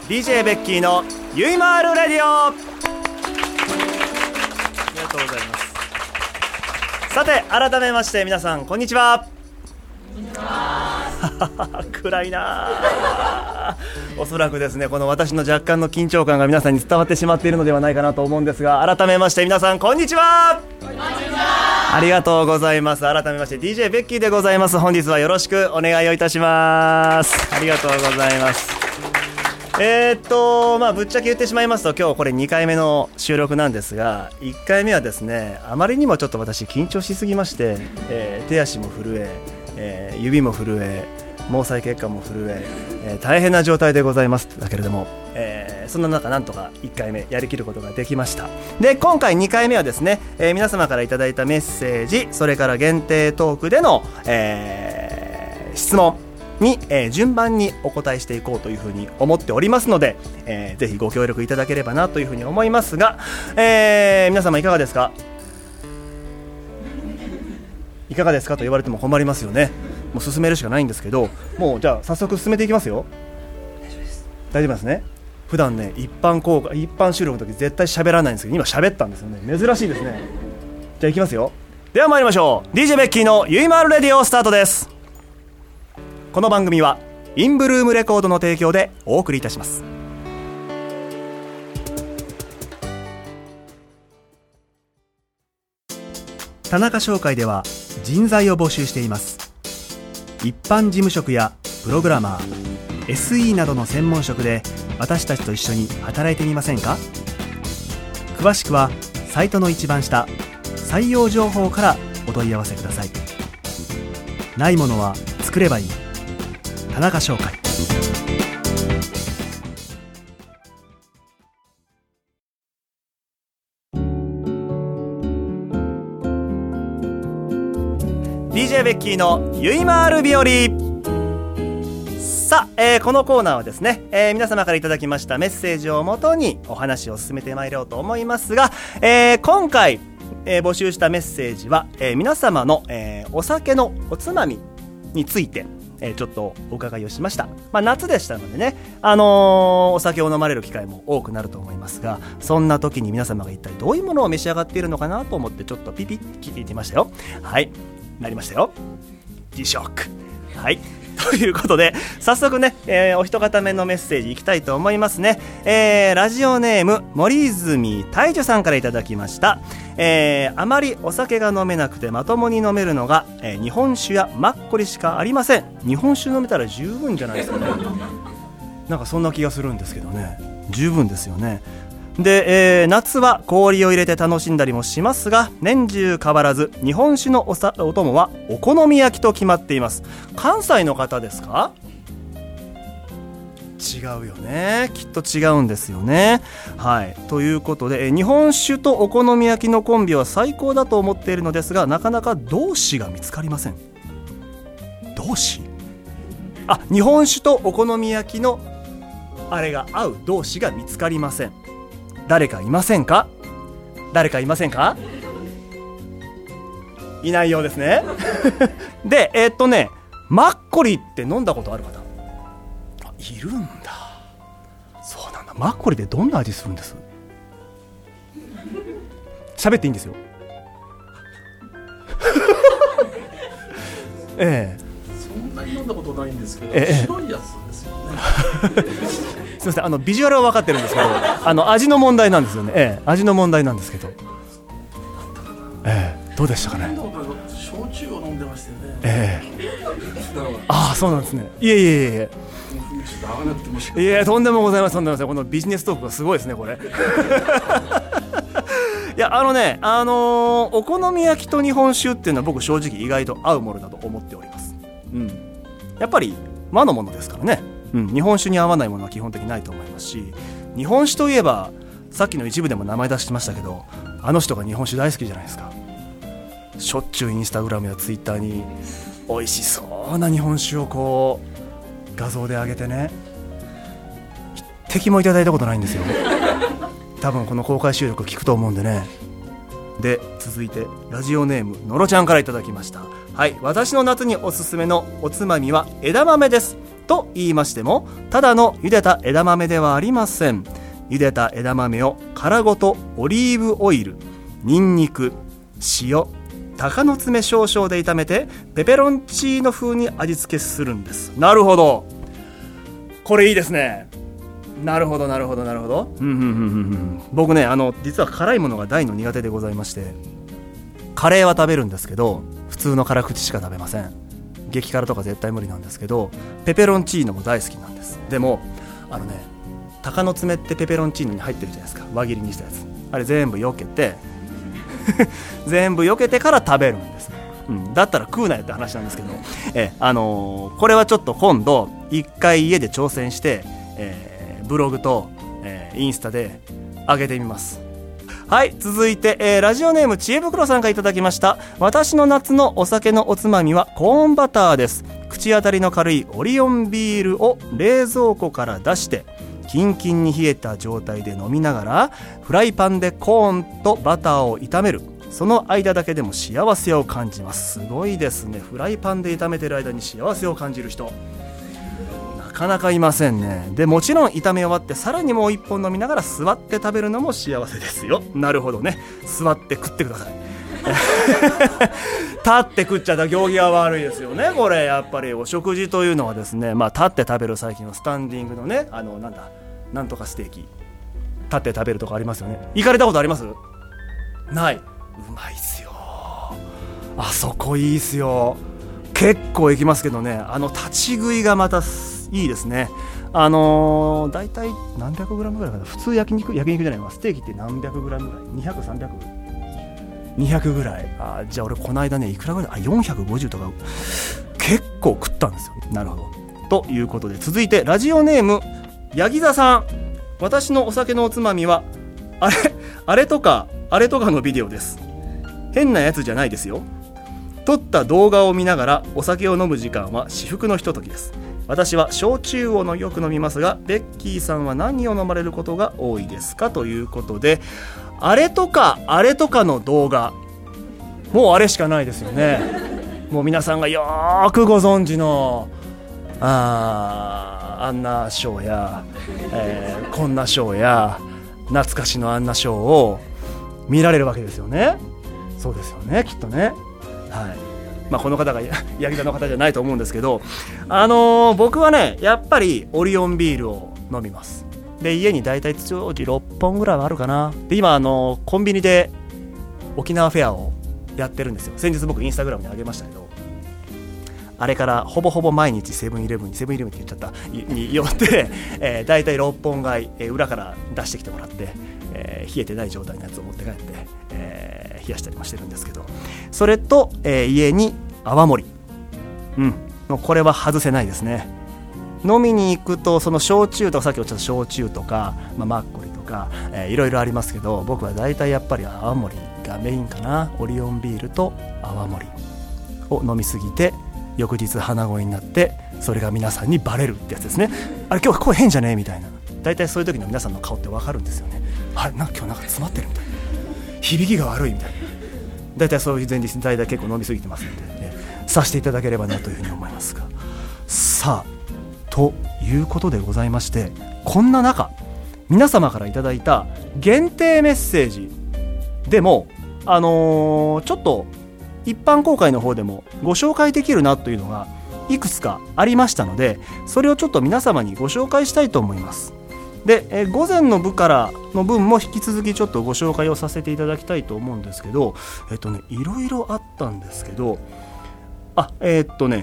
DJ ベッキーのゆいまーるレディオ。ありがとうございます。さて改めまして皆さんこんにちは。暗いな。おそらくですねこの私の若干の緊張感が皆さんに伝わってしまっているのではないかなと思うんですが、改めまして皆さんこんにちは。こんにちは。ありがとうございます。改めまして DJ ベッキーでございます。本日はよろしくお願いをいたします。ありがとうございます。ぶっちゃけ言ってしまいますと今日これ2回目の収録なんですが、1回目はですねあまりにもちょっと私緊張しすぎまして、手足も震え指も震え毛細血管も震え大変な状態でございますだけれども、そんな中なんとか1回目やりきることができました。で今回2回目はですね、皆様からいただいたメッセージ、それから限定トークでの、質問に、順番にお答えしていこうというふうに思っておりますので、ぜひご協力いただければなというふうに思いますが、皆様いかがですか。いかがですかと言われても困りますよね。もう進めるしかないんですけど、もうじゃあ早速進めていきますよ。大丈夫ですね。普段ね一般収録の時絶対喋らないんですけど今喋ったんですよね。珍しいですね。じゃあいきますよ。では参りましょう。 DJ ベッキーのゆいまーるレディオスタートです。この番組はインブルームレコードの提供でお送りいたします。田中商会では人材を募集しています。一般事務職やプログラマー、SE などの専門職で私たちと一緒に働いてみませんか。詳しくはサイトの一番下採用情報からお問い合わせください。ないものは作ればいい。田中商会。DJ ベッキーのゆいまーる日和。さあ、このコーナーはですね、皆様からいただきましたメッセージをもとにお話を進めてまいろうと思いますが、今回、募集したメッセージは、皆様の、お酒のおつまみについてちょっとお伺いをしました。夏でしたのでね、お酒を飲まれる機会も多くなると思いますが、そんな時に皆様が一体どういうものを召し上がっているのかなと思ってちょっとピピッ聞いていきましたよ。はい、なりましたよ。辞職。はい、ということで早速ね、お一方目のメッセージいきたいと思いますね。ラジオネーム森泉大樹さんからいただきました。あまりお酒が飲めなくてまともに飲めるのが、日本酒やマッコリしかありません。日本酒飲めたら十分じゃないですかね。なんかそんな気がするんですけどね。十分ですよね。で、夏は氷を入れて楽しんだりもしますが、年中変わらず日本酒のお供はお好み焼きと決まっています。関西の方ですか？違うよね。きっと違うんですよね。はい、ということで、日本酒とお好み焼きのコンビは最高だと思っているのですが、なかなか同志が見つかりません。同志？日本酒とお好み焼きのあれが合う同志が見つかりません。誰かいませんか？誰かいませんか？いないようですね。で、マッコリって飲んだことある方いるんだ。そうなんだ。マッコリってどんな味するんです？喋っていいんですよ。 そんなに飲んだことないんですけど、白いやつですよね。 すみません、ビジュアルは分かってるんですけど、味の問題なんですよね。味の問題なんですけど、どうでしたかね。 焼酎を飲んでましたよね。 そうなんですね。いえとんでもございません。このビジネストークがすごいですねこれ。いやお好み焼きと日本酒っていうのは僕正直意外と合うものだと思っております。やっぱり和のものですからね。日本酒に合わないものは基本的にないと思いますし、日本酒といえばさっきの一部でも名前出してましたけど、あの人が日本酒大好きじゃないですか。しょっちゅうインスタグラムやツイッターに美味しそうな日本酒をこう画像で上げてね、一滴もいただいたことないんですよ。多分この公開収録聞くと思うんでね。で続いてラジオネームのろちゃんからいただきました。はい、私の夏におすすめのおつまみは枝豆です。 と言いましても、ただの茹でた枝豆ではありません。茹でた枝豆を殻ごとオリーブオイル、ニンニク、塩、鷹の爪少々で炒めてペペロンチーノ風に味付けするんです。なるほど、これいいですね。なるほどなるほどなるほど。僕ね、実は辛いものが大の苦手でございまして、カレーは食べるんですけど普通の辛口しか食べません。激辛とか絶対無理なんですけど、ペペロンチーノも大好きなんです。でも鷹の爪ってペペロンチーノに入ってるじゃないですか、輪切りにしたやつ。あれ全部避けて全部避けてから食べるんです、だったら食うなよって話なんですけど、これはちょっと今度一回家で挑戦して、ブログと、インスタで上げてみます。はい、続いて、ラジオネームちえぶくろさんからいただきました。私の夏のお酒のおつまみはコーンバターです。口当たりの軽いオリオンビールを冷蔵庫から出してキンキンに冷えた状態で飲みながらフライパンでコーンとバターを炒める。その間だけでも幸せを感じます。すごいですね。フライパンで炒めてる間に幸せを感じる人なかなかいませんね。でもちろん炒め終わってさらにもう一本飲みながら座って食べるのも幸せですよ。なるほどね、座って食ってください立って食っちゃった行儀が悪いですよね。これやっぱりお食事というのはですね、立って食べる最近のスタンディングのね、なんとかステーキ立って食べるとかありますよね。行かれたことあります？ない。うまいっすよ、あそこいいっすよ。結構行きますけどね、立ち食いがまたいいですね。だいたい何百グラムぐらいかな。普通焼肉じゃないわ、ステーキって何百グラムぐらい、200、300、200ぐらい。じゃあ俺この間ね、いくらぐらい、450とか結構食ったんですよ。なるほど。ということで続いてラジオネームヤギ座さん。私のお酒のおつまみはあれとかのビデオです。変なやつじゃないですよ。撮った動画を見ながらお酒を飲む時間は至福のひとときです。私は焼酎をよく飲みますが、ベッキーさんは何を飲まれることが多いですか、ということで、あれとかの動画、もうあれしかないですよね。もう皆さんがよーくご存知のあんなショーや、こんなショーや懐かしのあんなショーを見られるわけですよね。そうですよね、きっとね。はい。この方がヤギ座の方じゃないと思うんですけど、僕はね、やっぱりオリオンビールを飲みます。で、家にだいたい常時6本ぐらいはあるかな。で、今コンビニで沖縄フェアをやってるんですよ。先日僕インスタグラムに上げましたけど、あれからほぼほぼ毎日セブンイレブンって言っちゃったに寄って、だいたい6本買い、裏から出してきてもらって、冷えてない状態のやつを持って帰って、冷やしたりもしてるんですけど、それと、家に泡盛、これは外せないですね。飲みに行くとその焼酎とか、さっきおっしゃった焼酎とか、マッコリとか、いろいろありますけど、僕はだいたいやっぱり泡盛がメインかな。オリオンビールと泡盛を飲みすぎて翌日鼻声になって、それが皆さんにバレるってやつですね。あれ今日声変じゃねえみたいな。だいたいそういう時の皆さんの顔って分かるんですよね。あれ今日なんか詰まってるみたいな、響きが悪いみたいな。だいたいそういう前日にだいたい結構飲みすぎてますので、させていただければなというふうに思いますが、さあということでございまして、こんな中皆様からいただいた限定メッセージでもちょっと一般公開の方でもご紹介できるなというのがいくつかありましたので、それをちょっと皆様にご紹介したいと思います。で、午前の部からの分も引き続きちょっとご紹介をさせていただきたいと思うんですけど、いろいろあったんですけど、どれ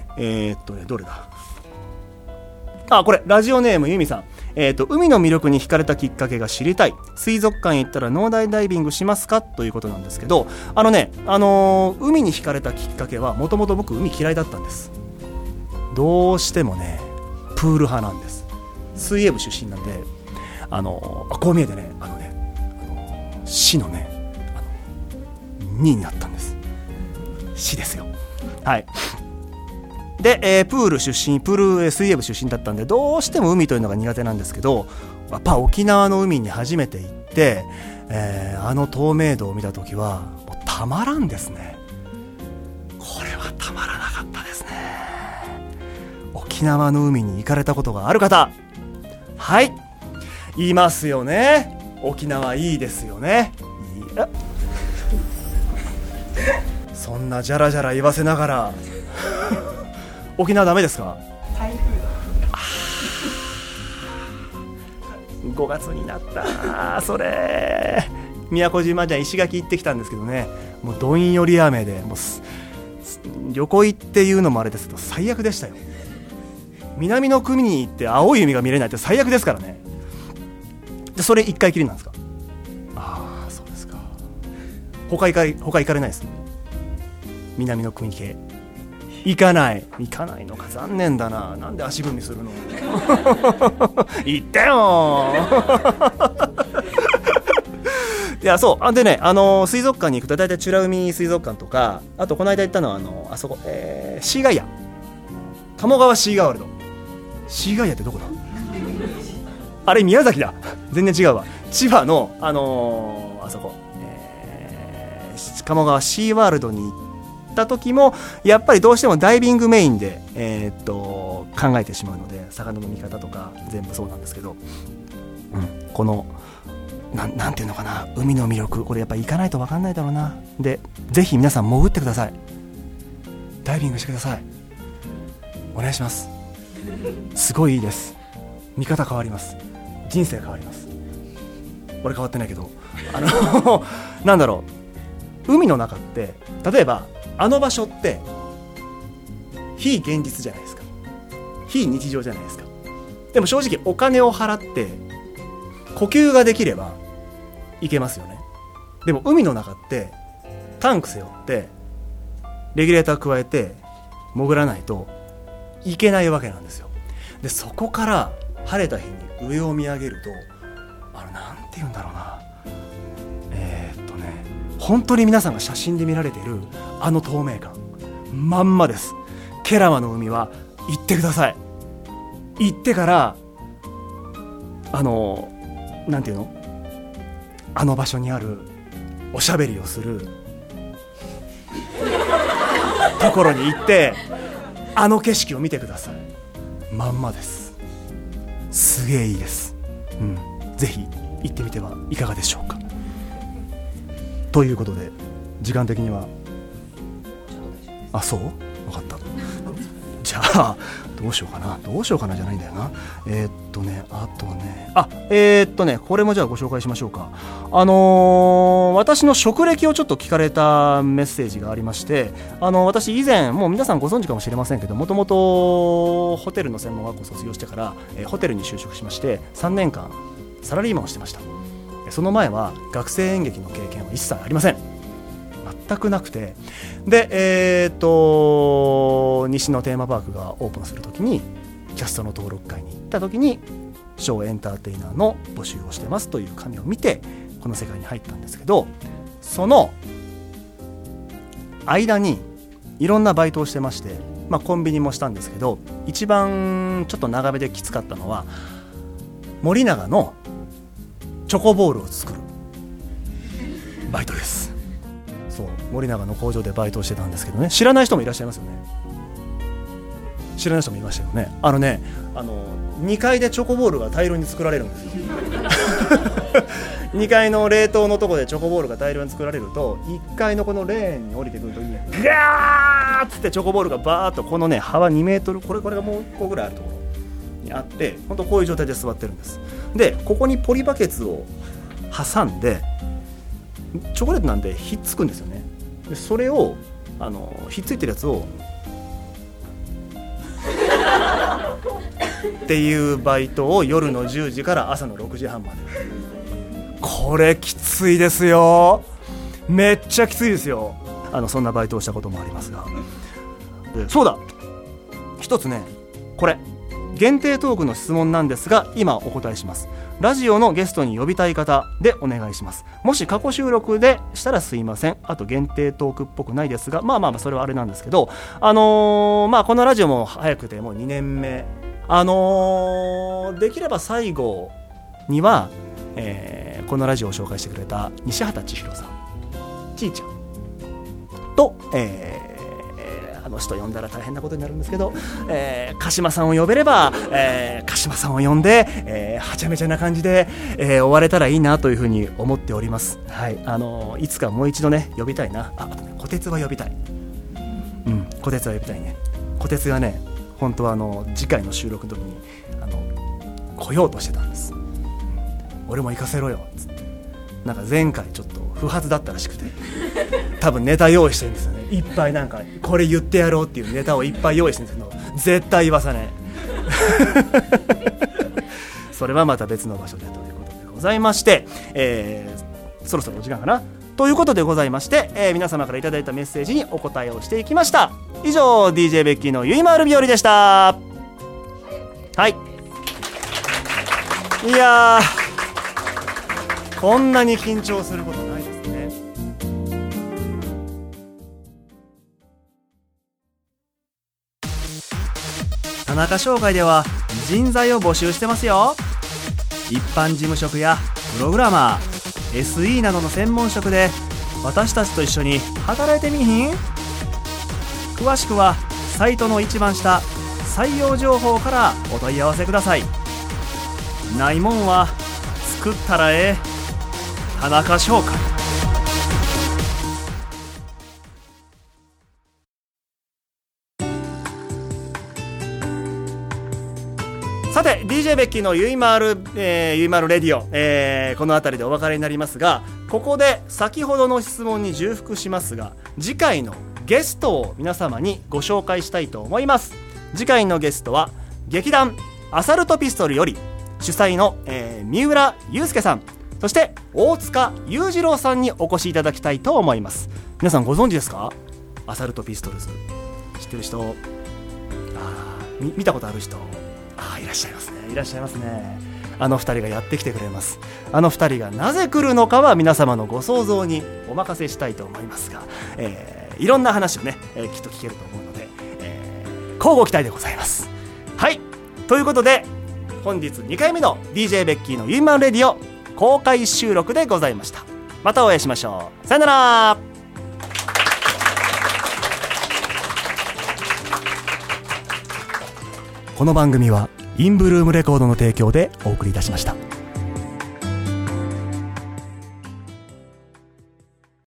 だ、これラジオネームゆみさん、海の魅力に惹かれたきっかけが知りたい。水族館へ行ったらノーダイダイビングしますか、ということなんですけど、海に惹かれたきっかけは、もともと僕海嫌いだったんです。どうしてもねプール派なんです。水泳部出身なんで、こう見えてね、市のね2位になったんです。市ですよ。はい。で、プール水泳部出身だったんで、どうしても海というのが苦手なんですけど、やっぱ沖縄の海に初めて行って、透明度を見たときはもうたまらんですね。これはたまらなかったですね。沖沖縄の海に行かれたことがある方、はい、いますよね。沖縄いいですよね。いやそんなジャラジャラ言わせながら沖縄ダメですか？ 台風だ。 5月になったそれ宮古島じゃ石垣行ってきたんですけどね、もうどんより雨で、もう旅行行っていうのもあれですけど最悪でしたよ。南の国に行って青い海が見れないって最悪ですからね。でそれ1回きりなんですか？ああそうですか。他行かれないです？南の国系行かないのか、残念だな。なんで足踏みするの行ってよいやそうでね、水族館に行くと大体美ら海水族館とか、あとこの間行ったのはあそこ、シーガイア、鴨川シーガーワールド。シーガイアってどこだ？あれ宮崎だ全然違うわ。千葉のあそこ、鴨川シーワールドに行った時もやっぱりどうしてもダイビングメインで、考えてしまうので、魚の見方とか全部そうなんですけど、このなんていうのかな、海の魅力、これやっぱり行かないと分かんないだろうな。でぜひ皆さん潜ってください。ダイビングしてください。お願いします。すごいいいです。見方変わります。人生変わります。俺変わってないけどなんだろう、海の中って例えばあの場所って非現実じゃないですか、非日常じゃないですか。でも正直お金を払って呼吸ができれば行けますよね。でも海の中ってタンク背負ってレギュレーター加えて潜らないといけないわけなんですよ。でそこから晴れた日に上を見上げるとなんて言うんだろうな、本当に皆さんが写真で見られているあの透明感まんまです。ケラマの海は行ってください。行ってからなんていうの、あの場所にあるおしゃべりをするところに行ってあの景色を見てください。まんまです。すげえいいです、ぜひ行ってみてはいかがでしょうか。ということで時間的にはそう分かった。じゃあどうしようかなじゃないんだよな。これもじゃあご紹介しましょうか。私の職歴をちょっと聞かれたメッセージがありまして、私以前もう皆さんご存知かもしれませんけど、もともとホテルの専門学校卒業してから、ホテルに就職しまして3年間サラリーマンをしてました。その前は学生演劇の経験は一切ありません。全くなくて、で西のテーマパークがオープンするときにキャストの登録会に行ったときにショーエンターテイナーの募集をしてますという紙を見てこの世界に入ったんですけど、その間にいろんなバイトをしてまして、コンビニもしたんですけど、一番ちょっと長めできつかったのは森永のチョコボールを作るバイトです。そう、森永の工場でバイトをしてたんですけどね、知らない人もいらっしゃいますよね。知らない人もいましたよね。2階でチョコボールが大量に作られるんですよ2階の冷凍のとこでチョコボールが大量に作られると、1階のこのレーンに降りてくるときにガーッつってチョコボールがバーッとこのね幅2メートル、これがもう1個ぐらいあるところにあって、本当こういう状態で座ってるんです。でここにポリバケツを挟んで、チョコレートなんでひっつくんですよね。でそれをひっついてるやつをっていうバイトを夜の10時から朝の6時半まで。これきついですよ。めっちゃきついですよ。そんなバイトをしたこともありますが、そうだ、一つね、これ限定トークの質問なんですが今お答えします。ラジオのゲストに呼びたい方でお願いします。もし過去収録でしたらすいません。あと限定トークっぽくないですが、それはあれなんですけど、このラジオも早くてもう2年目、できれば最後には、このラジオを紹介してくれた西畑千尋さん、ちーちゃんと、 あの人呼んだら大変なことになるんですけど、鹿島さんを呼べれば、鹿島さんを呼んで、はちゃめちゃな感じで、終われたらいいなというふうに思っております。はい、いつかもう一度ね呼びたいな。小鉄は呼びたい。小鉄は呼びたいね。小鉄がね本当は次回の収録の時に来ようとしてたんです。俺も行かせろよっつって、なんか前回ちょっと不発だったらしくて、多分ネタ用意してるんですよね。いっぱいなんかこれ言ってやろうっていうネタをいっぱい用意してるんですけど、絶対言わさねえそれはまた別の場所でということでございまして、そろそろお時間かなということでございまして、皆様からいただいたメッセージにお答えをしていきました。以上 DJ ベッキーのゆいまーる日和でした。はい、いやー、こんなに緊張することないですね。田中商会では人材を募集してますよ。一般事務職やプログラマー、SE などの専門職で私たちと一緒に働いてみひん？詳しくはサイトの一番下採用情報からお問い合わせください。ないもんは作ったらええ。田中商会。さて DJ ベッキーのゆいまーる、ゆいまーるレディオ、この辺りでお別れになりますが、ここで先ほどの質問に重複しますが、次回のゲストを皆様にご紹介したいと思います。次回のゲストは劇団アサルトピストルより主催の、三浦祐介さん、そして大塚裕次郎さんにお越しいただきたいと思います。皆さんご存知ですか？アサルトピストルズ知ってる人、見たことある人、いらっしゃいますね。いらっしゃいますね。あの二人がやってきてくれます。あの二人がなぜ来るのかは皆様のご想像にお任せしたいと思いますが、いろんな話をね、きっと聞けると思うので、乞うご期待でございます。はい、ということで本日2回目の DJ ベッキーのユーマンレディオ公開収録でございました。またお会いしましょう。さよなら。この番組はインブルームレコードの提供でお送りいたしました。